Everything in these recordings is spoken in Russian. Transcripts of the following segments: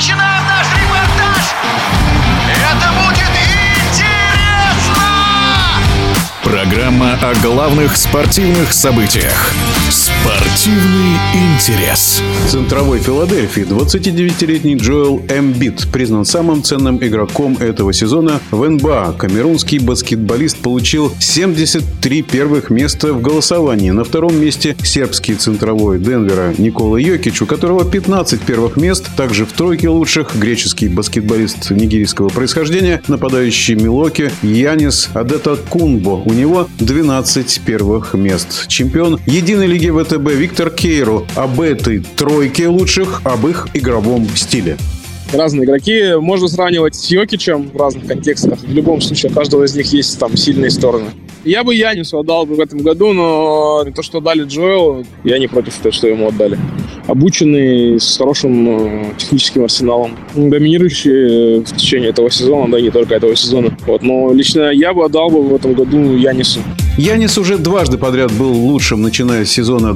начинаем наш репортаж. Это будет интересно! Программа о главных спортивных событиях. Спортивный интерес. Центровой Филадельфии 29-летний Джоэл Эмбит признан самым ценным игроком этого сезона в НБА. Камерунский баскетболист получил 73 первых места в голосовании. На втором месте сербский центровой Денвера Никола Йокич, у которого 15 первых мест. Также в тройке лучших греческий баскетболист нигерийского происхождения, нападающий Милоки Янис Адетокунбо. У него 12 первых мест. Чемпион единой лиги ВТБ Виктор Кейру об этой тройке лучших, об их игровом стиле. Разные игроки. Можно сравнивать с Йокичем в разных контекстах. В любом случае, у каждого из них есть там сильные стороны. Я бы Янису отдал бы в этом году, но то, что дали Джоэлу, я не против того, что ему отдали. Обученный, с хорошим техническим арсеналом. Доминирующий в течение этого сезона, да и не только этого сезона. Но лично я бы отдал бы в этом году Янису. Янис уже дважды подряд был лучшим, начиная с сезона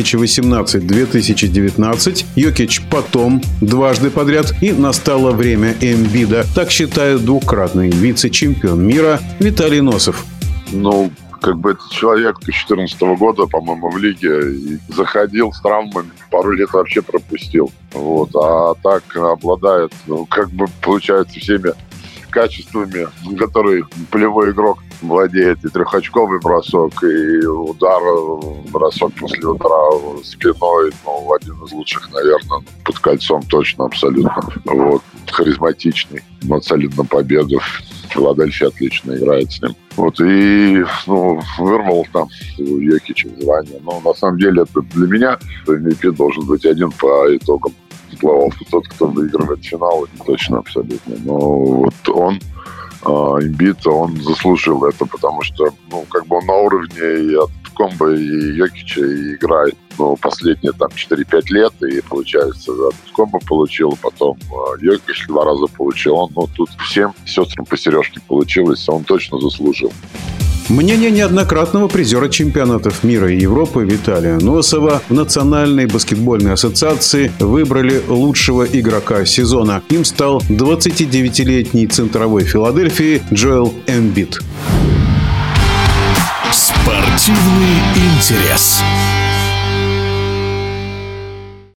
2018-2019. Йокич потом дважды подряд. И настало время Эмбида. Так считает двукратный вице-чемпион мира Виталий Носов. Этот человек 2014 года, по-моему, в лиге и заходил с травмами, пару лет вообще пропустил. А так обладает, получается, всеми качествами, которые полевой игрок владеет. И трехочковый бросок, и удар, бросок после удара спиной, один из лучших, наверное, под кольцом точно, абсолютно. Харизматичный, нацелен на победу. Филадельфия отлично играет с ним. Вырвал там Йокича в звание. Но на самом деле это для меня MVP должен быть один по итогам плей-офф. Тот, кто выигрывает финал, точно, абсолютно. Но он, Эмбит, он заслужил это, потому что, он на уровне и от Комбо, и Йокича и играет. Последние 4-5 лет, и, получается, от Комбо получил, потом Йокич 2 раза получил. Он, тут всем сестрам по сережке получилось, он точно заслужил. Мнение неоднократного призера чемпионатов мира и Европы Виталия Носова в Национальной баскетбольной ассоциации выбрали лучшего игрока сезона. Им стал 29-летний центровой Филадельфии Джоэл Эмбит. Спортивный интерес.